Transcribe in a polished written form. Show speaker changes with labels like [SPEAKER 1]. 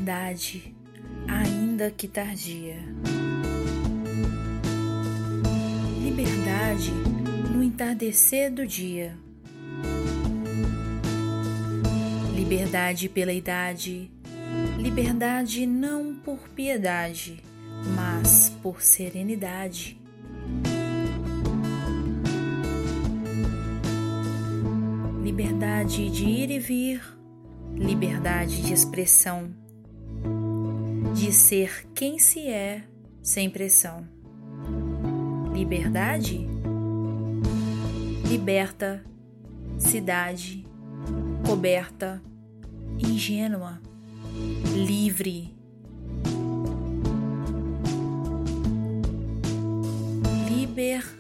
[SPEAKER 1] liberdade, ainda que tardia. Liberdade no entardecer do dia. Liberdade pela idade, liberdade não por piedade, mas por serenidade. Liberdade de ir e vir, liberdade de expressão, de ser quem se é sem pressão. Liberdade liberta, cidade coberta, ingênua, livre. Liberdade.